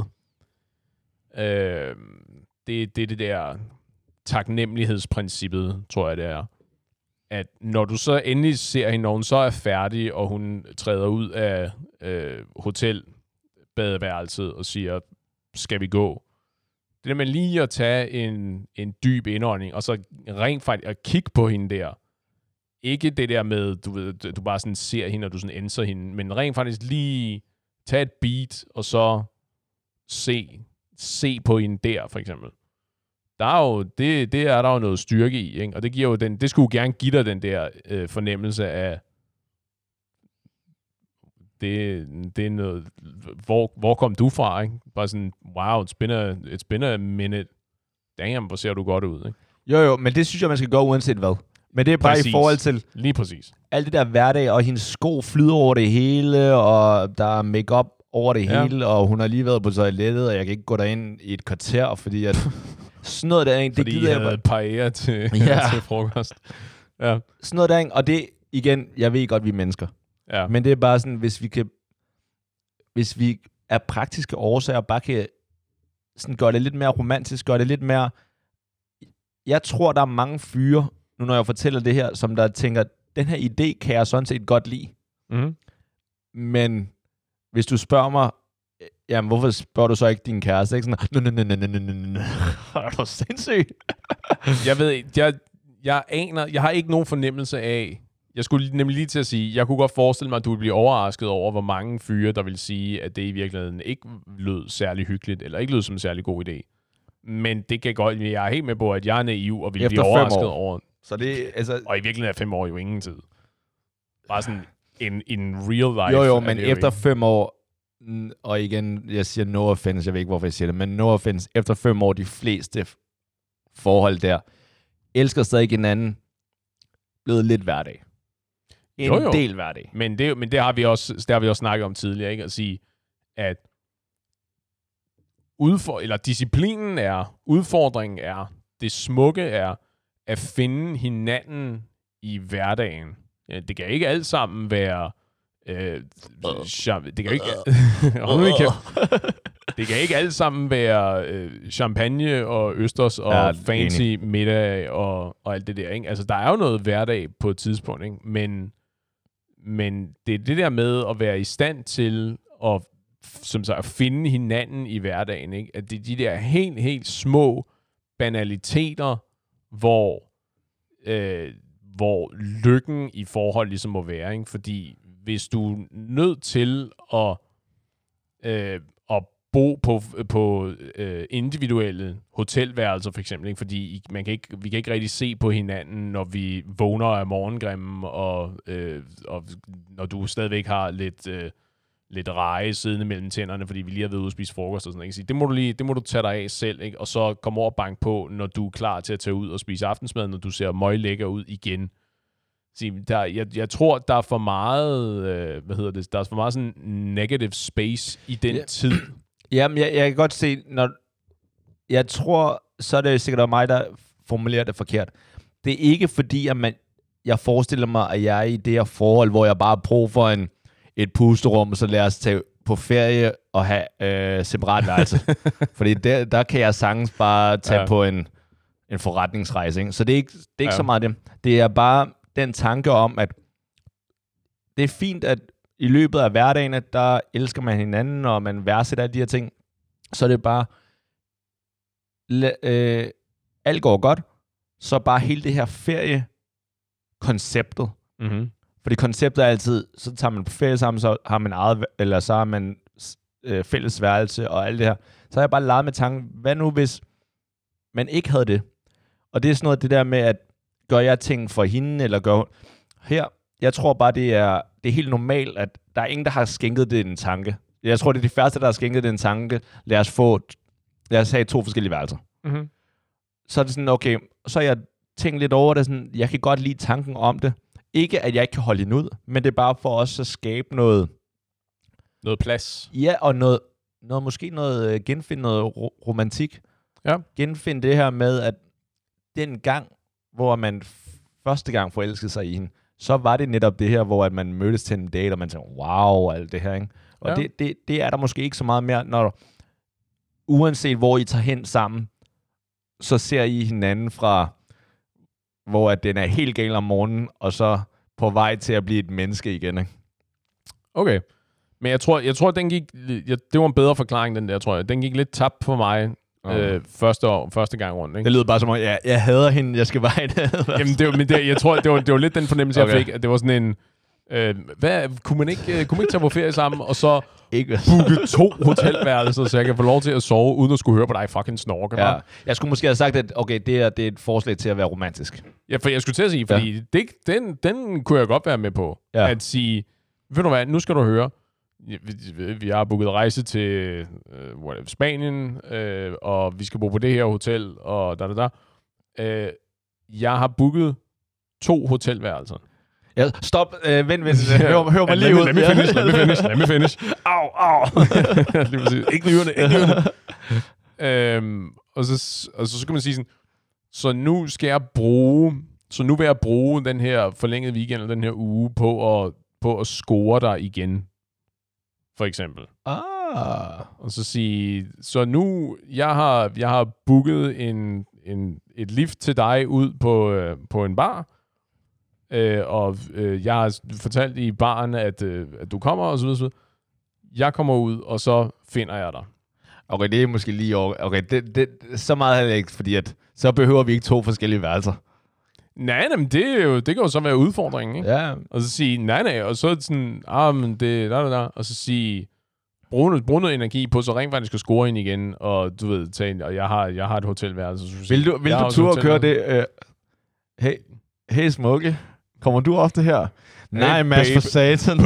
det der taknemmelighedsprincippet, tror jeg det er. At når du så endelig ser hende, når hun så er færdig, og hun træder ud af hotelbadeværelset og siger, skal vi gå? Det der med lige at tage en dyb indånding, og så rent faktisk at kigge på hende der. Ikke det der med, du bare sådan ser hende, og du sådan enser hende, men rent faktisk lige tage et beat, og så se på hende der, for eksempel. Der er jo, det er der jo noget styrke i, ikke? Og det giver jo det skulle gerne give dig den der fornemmelse af, det er noget, hvor kom du fra, ikke? Bare sådan, wow, it's been a minute. Damn, hvor ser du godt ud, ikke? Jo, men det synes jeg, man skal gøre uanset hvad. Men det er bare præcis. I forhold til... Lige præcis. Alt det der hverdag, og hendes sko flyder over det hele, og der er make-up over det hele, og hun har lige været på toilettet, og jeg kan ikke gå derind i et kvarter, fordi at... sådan noget der, det gider jeg bare... Fordi paella til frokost. Ja. Sådan noget der, og det, igen, jeg ved godt, vi er mennesker. Ja. Men det er bare sådan, hvis vi af praktiske årsager bare kan sådan gøre det lidt mere romantisk, gøre det lidt mere... Jeg tror, der er mange fyre, nu når jeg fortæller det her, som der tænker, den her idé kan jeg sådan set godt lide. Mm-hmm. Men hvis du spørger mig, jamen hvorfor spørger du så ikke din kæreste? Ikke sådan, er du sindssyg? Jeg ved ikke, jeg har ikke nogen fornemmelse af, jeg skulle nemlig lige til at sige, jeg kunne godt forestille mig, at du ville blive overrasket over, hvor mange fyre, der vil sige, at det i virkeligheden ikke lød særlig hyggeligt, eller ikke lød som en særlig god idé. Men det kan godt, jeg er helt med på, at jeg er naiv, og vil blive overrasket over. Så det, altså... Og i virkeligheden er 5 år jo ingen tid. Bare sådan en real life. Jo, men efter 5 år, og igen, jeg siger no offense, jeg ved ikke, hvorfor jeg siger det, men no offense, efter 5 år, de fleste forhold der, elsker stadig hinanden, blevet lidt hverdag. En del hverdag. Men det har vi også snakket om tidligere, ikke? At sige, at disciplinen er, udfordringen er, det smukke er, at finde hinanden i hverdagen. Ja, det kan ikke alt sammen være det kan ikke det kan ikke alt sammen være champagne og østers og fancy middag og alt det der, ikke? Altså, der er jo noget hverdag på et tidspunkt, ikke? Men det er det der med at være i stand til at, som sagt, at finde hinanden i hverdagen, ikke? At det er de der helt, helt små banaliteter, hvor lykken i forhold ligesom må være, ikke? Fordi hvis du er nødt til at bo på individuelle hotelværelser for eksempel, ikke? Fordi vi kan ikke rigtig se på hinanden, når vi vågner af morgengrimme, og når du stadigvæk har lidt reje siddende mellem tænderne, fordi vi lige har været ude at spise frokost og sådan noget. Det må du tage dig af selv, ikke? Og så komme over og banke på, når du er klar til at tage ud og spise aftensmad, når du ser møglækker ud igen. Jeg tror, der er for meget, der er for meget sådan negative space i den tid. Jamen, jeg kan godt se, når jeg tror, så er det sikkert også mig, der formulerer det forkert. Det er ikke fordi, at jeg forestiller mig, at jeg er i det her forhold, hvor jeg bare har brug for et pusterum, så lad os tage på ferie og have separat værelse. Fordi der kan jeg sagtens bare tage på en forretningsrejse. Ikke? Så det er ikke så meget det. Det er bare den tanke om, at det er fint, at i løbet af hverdagen, der elsker man hinanden, og man værdsætter alle de her ting. Så er det bare, alt går godt, så bare hele det her feriekonceptet. Mm-hmm. Fordi konceptet er altid, så tager man på ferie sammen, så har man så har man fælles værelse og alt det her. Så har jeg bare leget med tanken, hvad nu hvis man ikke havde det? Og det er sådan noget det der med, at gør jeg ting for hende, eller gør her? Jeg tror bare, det er helt normalt, at der er ingen, der har skænket det en tanke. Jeg tror, det er de første, der har skænket det en tanke. Lad os have 2 forskellige værelser. Mm-hmm. Så er det sådan, okay, så har jeg tænkt lidt over det, sådan, jeg kan godt lide tanken om det. Ikke, at jeg ikke kan holde hende ud, men det er bare for os at skabe noget plads. Ja, og genfinde noget romantik. Ja. Genfinde det her med, at den gang, hvor man første gang forelskede sig i hende, så var det netop det her, hvor at man mødtes til en date, og man tænkte, wow, alt det her, ikke? Og det er der måske ikke så meget mere, når uanset hvor I tager hen sammen, så ser I hinanden fra, hvor at den er helt gal om morgenen, og så på vej til at blive et menneske igen, ikke? Okay. Men jeg tror den gik... det var en bedre forklaring, den der, tror jeg. Den gik lidt tabt for mig første gang rundt, ikke? Det lyder bare som om, jeg hader hende, jeg skal bare Jamen, jeg tror, det var lidt den fornemmelse, jeg fik, at det var sådan en... kunne man ikke tage på ferie sammen, og så booke 2 hotelværelser, så jeg kan få lov til at sove, uden at skulle høre på dig fucking snorke? Ja. Jeg skulle måske have sagt, at okay, det er et forslag til at være romantisk. Ja, for jeg skulle til at sige, fordi den kunne jeg godt være med på. Ja. At sige, ved du hvad, nu skal du høre, vi har booket rejse til Spanien, og vi skal bo på det her hotel, og jeg har booket 2 hotelværelser. Ja, stop. Vent. Hør mig lige ud. Let me finish. Au. Ikke nyerne. Og så kan man sige sådan, så nu vil jeg bruge den her forlængede weekend, eller den her uge, på at score dig igen. For eksempel. Og så sige, så nu, jeg har booket et lift til dig ud på en bar, og jeg har fortalt i baren, at du kommer, og så videre. Jeg kommer ud, og så finder jeg dig. Okay, det er måske lige over. Okay, det så meget heller ikke, fordi at så behøver vi ikke 2 forskellige værelser. Nej, men det kan jo så være udfordringen, ikke? Ja. Og så sige, nej, og så sådan, men det, og så sige, brug noget energi på, så rent faktisk skal score ind igen, og du ved, og jeg har et hotelværelse. Vil du turde køre det? Hey smukke, kommer du ofte her? Nej, Mads, for satan.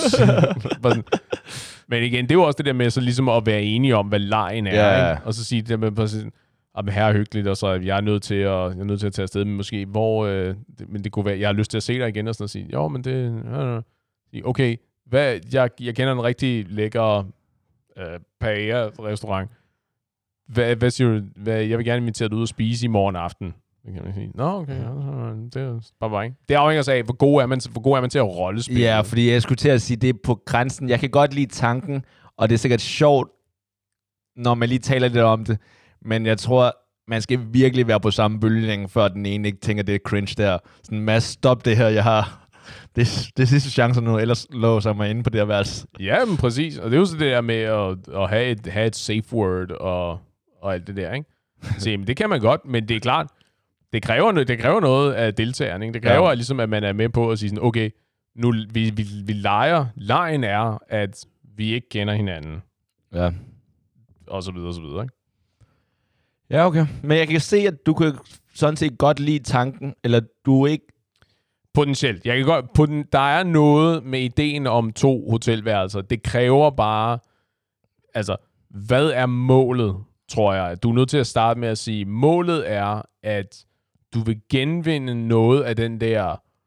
Men igen, det er jo også det der med så ligesom at være enige om, hvad lejen er, ikke? Og så sige det med sådan, her er hyggeligt, og så jeg er nødt til at tage afsted, men måske men det kunne være, jeg har lyst til at se dig igen, og sådan at sige, jo, men det, okay, jeg kender en rigtig lækker paella-restaurant. Hvad siger du? Jeg vil gerne invitere dig ud og spise i morgen aften. Det kan man sige. Nå, okay, det er bare ikke. Det afhænger sig af, hvor god er man til at rollespille. Ja, fordi jeg skulle til at sige, det er på grænsen. Jeg kan godt lide tanken, og det er sikkert sjovt, når man lige taler lidt om det. Men jeg tror, man skal virkelig være på samme bølgelænge, før den ene ikke tænker, det er cringe der. Sådan, Mads, stop det her, jeg har... Det er sidste chance nu, ellers låser jeg mig inde på det her vers. Ja, men præcis. Og det er jo så det der med at have et safe word og alt det der, ikke? Så jamen, det kan man godt, men det er klart, det kræver noget af deltageren, ikke? Det kræver ligesom, at man er med på at sige sådan, okay, nu vi leger. Lejen er, at vi ikke kender hinanden. Ja. Og så videre, ikke? Ja, okay. Men jeg kan se, at du kan sådan set godt lide tanken, eller du ikke... Potentielt. Jeg kan godt, der er noget med ideen om 2 hotelværelser. Det kræver bare... Altså, hvad er målet, tror jeg? Du er nødt til at starte med at sige, målet er, at du vil genvinde noget af den der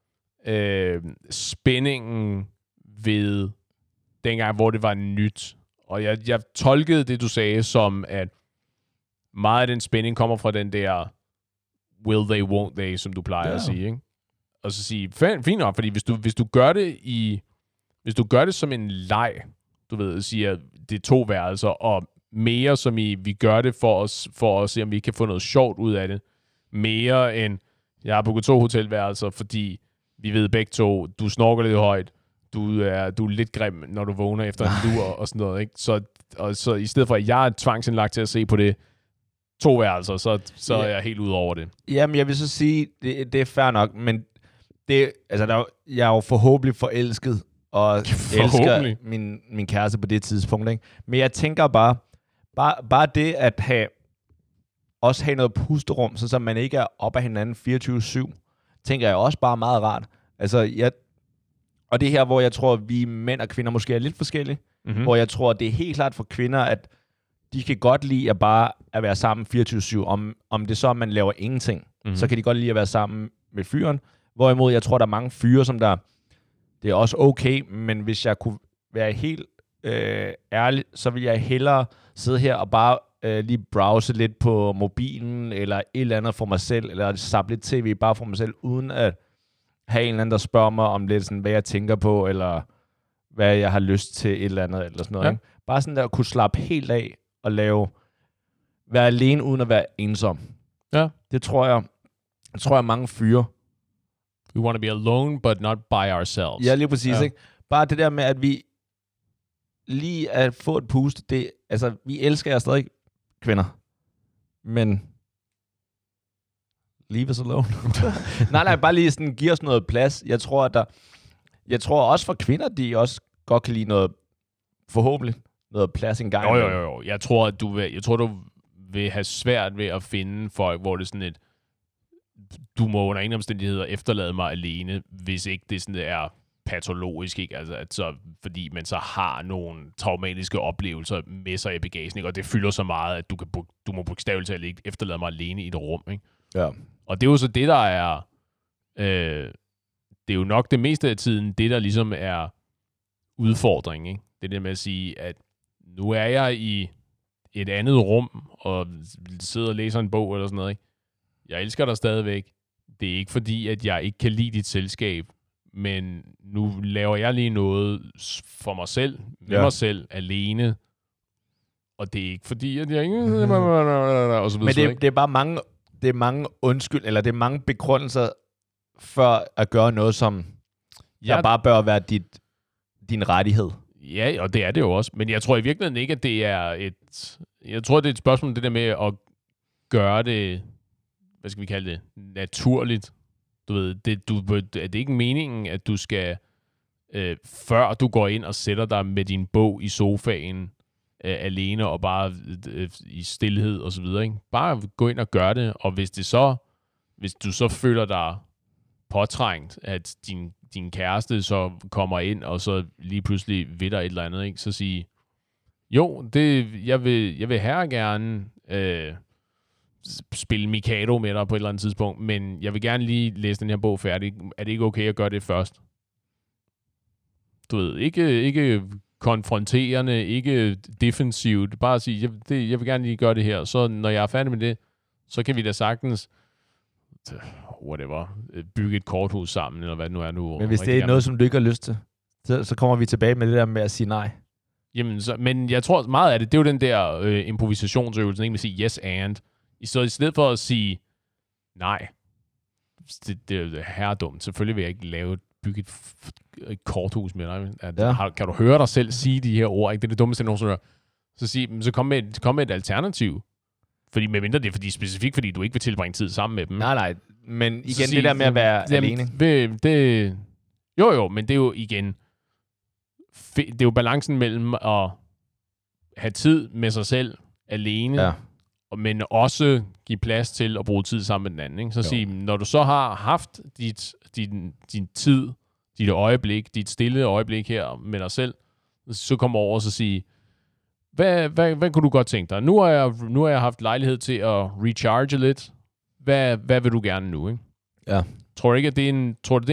spændingen ved dengang, hvor det var nyt. Og jeg tolkede det, du sagde, som at meget af den spænding kommer fra den der will they, won't they, som du plejer at sige, ikke? Og så sige, fint nok, fordi hvis du gør det som en leg, du ved, siger, det er 2 værelser, og mere som i, vi gør det for at se, om vi kan få noget sjovt ud af det, mere end, jeg har booket 2 hotelværelser, fordi vi ved begge to, du snorker lidt højt, du er lidt grim, når du vågner efter en lur og sådan noget, ikke? Så i stedet for, at jeg er tvangsindlagt til at se på det, 2 værelser, så er jeg helt ud over det. Jamen, jeg vil så sige, det er fair nok, men det, altså, jeg er jo forhåbentlig forelsket, og elsker min kæreste på det tidspunkt, ikke? Men jeg tænker bare det at også have noget pusterum, så man ikke er op af hinanden 24/7, tænker jeg også bare meget rart. Altså, og det her, hvor jeg tror, vi mænd og kvinder måske er lidt forskellige, hvor jeg tror, det er helt klart for kvinder, at de kan godt lide at være sammen 24/7. Om det så, man laver ingenting, så kan de godt lide at være sammen med fyren. Hvorimod, jeg tror, der er mange fyre, som det er også okay, men hvis jeg kunne være helt ærlig, så vil jeg hellere sidde her og bare lige browse lidt på mobilen, eller et eller andet for mig selv, eller zappe lidt tv bare for mig selv, uden at have en eller anden, der spørger mig om lidt sådan, hvad jeg tænker på, eller hvad jeg har lyst til, et eller andet, eller sådan noget. Ja. Ikke? Bare sådan der at kunne slappe helt af, og være alene, uden at være ensom. Ja. Det tror jeg mange fyre. We want to be alone, but not by ourselves. Ja, lige præcis, ikke? Bare det der med, at vi lige at få et puste, vi elsker jer stadig, kvinder. Men leave us alone. nej, bare lige sådan, give os noget plads. Jeg tror også for kvinder, de også godt kan lide noget, forhåbentlig, noget plads engang. Jo. Jeg tror, du vil have svært ved at finde folk, hvor det er sådan et, du må under ingen omstændigheder efterlade mig alene, hvis ikke det sådan er patologisk, ikke? Altså, fordi man så har nogle traumatiske oplevelser med sig i bagagen, og det fylder så meget, at du må bogstaveligt talt ikke efterlade mig alene i et rum, ikke? Ja. Og det er jo så det, der er det er jo nok det meste af tiden, det der ligesom er udfordring, ikke? Det er det med at sige, at nu er jeg i et andet rum, og sidder og læser en bog eller sådan noget, ikke? Jeg elsker dig stadigvæk. Det er ikke fordi, at jeg ikke kan lide dit selskab, men nu laver jeg lige noget for mig selv, med mig selv, alene. Og det er ikke fordi, at jeg ikke... Og så videre, men det er bare mange... Det er mange eller det er mange begrundelser for at gøre noget, som der bare bør være din rettighed. Ja, og det er det jo også. Men jeg tror i virkeligheden ikke, at det er et... Jeg tror, det er et spørgsmål, det der med at gøre det... Hvad skal vi kalde det? Naturligt. Du ved, det er ikke meningen, at du skal... før du går ind og sætter dig med din bog i sofaen, alene og bare i stilhed og så videre, ikke? Bare gå ind og gøre det, og hvis du så føler dig påtrængt, at din kæreste så kommer ind, og så lige pludselig ved dig et eller andet, ikke? Så sige, jo, jeg vil her gerne spille Mikado med dig på et eller andet tidspunkt, men jeg vil gerne lige læse den her bog færdig. Er det ikke okay at gøre det først? Du ved, ikke konfronterende, ikke defensivt, bare at sige, jeg vil gerne lige gøre det her, så når jeg er færdig med det, så kan vi da sagtens bygge et korthus sammen, eller hvad det nu er nu. Men hvis det er noget, som du ikke har lyst til, så kommer vi tilbage med det der med at sige nej. Jamen, men jeg tror meget af det er jo den der improvisationsøvelse, ikke med at sige yes and. Så i stedet for at sige nej, det er herredumt. Selvfølgelig vil jeg ikke bygge et korthus med dig. Kan du høre dig selv sige de her ord? Ikke? Det er det dummeste, jeg nogensinde hører. Så kom med et alternativ. Fordi medmindre det er specifikt, fordi du ikke vil tilbringe tid sammen med dem. Nej. Men igen, det der med at være alene. Jo, men det er jo igen... Det er jo balancen mellem at have tid med sig selv alene, men også give plads til at bruge tid sammen med den anden. Ikke? Så sige, når du så har haft din tid, dit øjeblik, dit stille øjeblik her med dig selv, så kommer over og så sige, hvad kunne du godt tænke dig? Nu har jeg haft lejlighed til at recharge lidt. Hvad vil du gerne nu? Ikke? Ja. Tror du ikke, at det er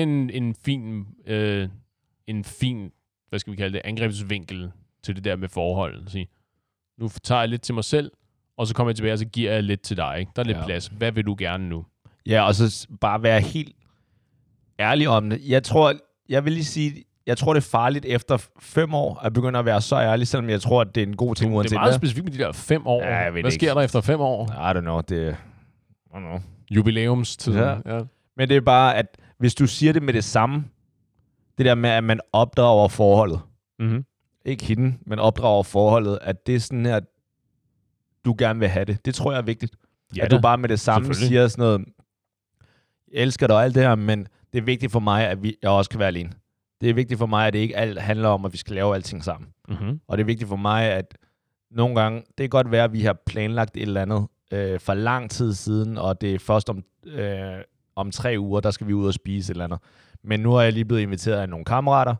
en fin, hvad skal vi kalde det, angrebsvinkel til det der med forholdet? Sige, nu tager jeg lidt til mig selv, og så kommer jeg tilbage, og så giver jeg lidt til dig. Ikke? Der er lidt plads. Hvad vil du gerne nu? Ja, og så bare være helt ærlig om det. Jeg vil lige sige, jeg tror, det er farligt efter 5 år at begynde at være så ærlig, selvom jeg tror, at det er en god ting. Det er meget specifikt med de der 5 år. Ja, hvad sker der efter 5 år? I don't know. I don't know. Jubilæumstid. Ja. Men det er bare, at hvis du siger det med det samme, det der med, at man opdrager forholdet, ikke hende, men opdrager forholdet, at det er sådan her, du gerne vil have det. Det tror jeg er vigtigt. Ja, at du bare med det samme siger sådan noget, jeg elsker dig og alt det her, men det er vigtigt for mig, at jeg også kan være alene. Det er vigtigt for mig, at det ikke alt handler om, at vi skal lave alting sammen. Og det er vigtigt for mig, at nogle gange, det kan godt være, at vi har planlagt et eller andet for lang tid siden, og det er først om 3 uger, der skal vi ud og spise et eller andet. Men nu er jeg lige blevet inviteret af nogle kammerater.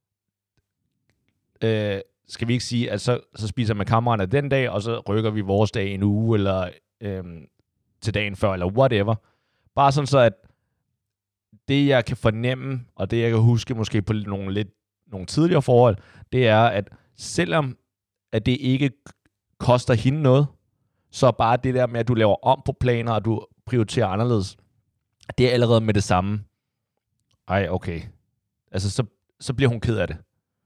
Skal vi ikke sige, at så spiser man kammeraterne den dag, og så rykker vi vores dag en uge, eller til dagen før, eller whatever. Bare sådan så, at det, jeg kan fornemme, og det, jeg kan huske måske på nogle tidligere forhold, det er, at selvom at det ikke koster hende noget, så bare det der med, at du laver om på planer, og du prioriterer anderledes, det er allerede med det samme. Ej, okay. Altså, så bliver hun ked af det.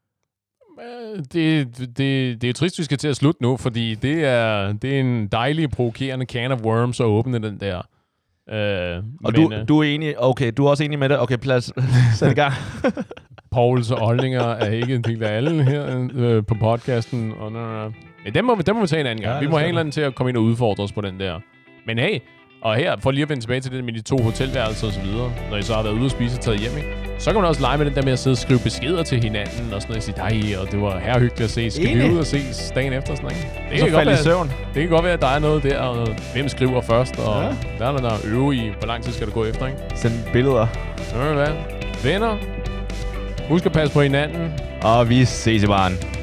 Det er trist, vi skal til at slutte nu, fordi det er en dejlig, provokerende can of worms at åbne den der. Og du er enig? Okay, du er også enig med det? Okay, plads. Sæt i gang. Pauls holdninger er ikke en del af alle her på podcasten. Og ja, dem må vi tage en anden gang. Ja, vi må have en eller anden til at komme ind og udfordre os på den der. Men hey, og her, for lige at vende tilbage til det med de 2 hotelværelser og så videre, når I så har været ude og spise og taget hjem, ikke? Så kan man også lege med den der med at sidde og skrive beskeder til hinanden og sådan noget, og sige, nej, og det var herhyggeligt at se. Skal vi ud og ses dagen efter? Sådan noget. Det kan godt være, i søvn. Det kan godt være, at der er noget der, og hvem skriver først, og der er der øve i, hvor lang tid skal det gå efter, ikke? Send billeder. Hvad? Venner, husk at passe på hinanden. Og vi ses i baren.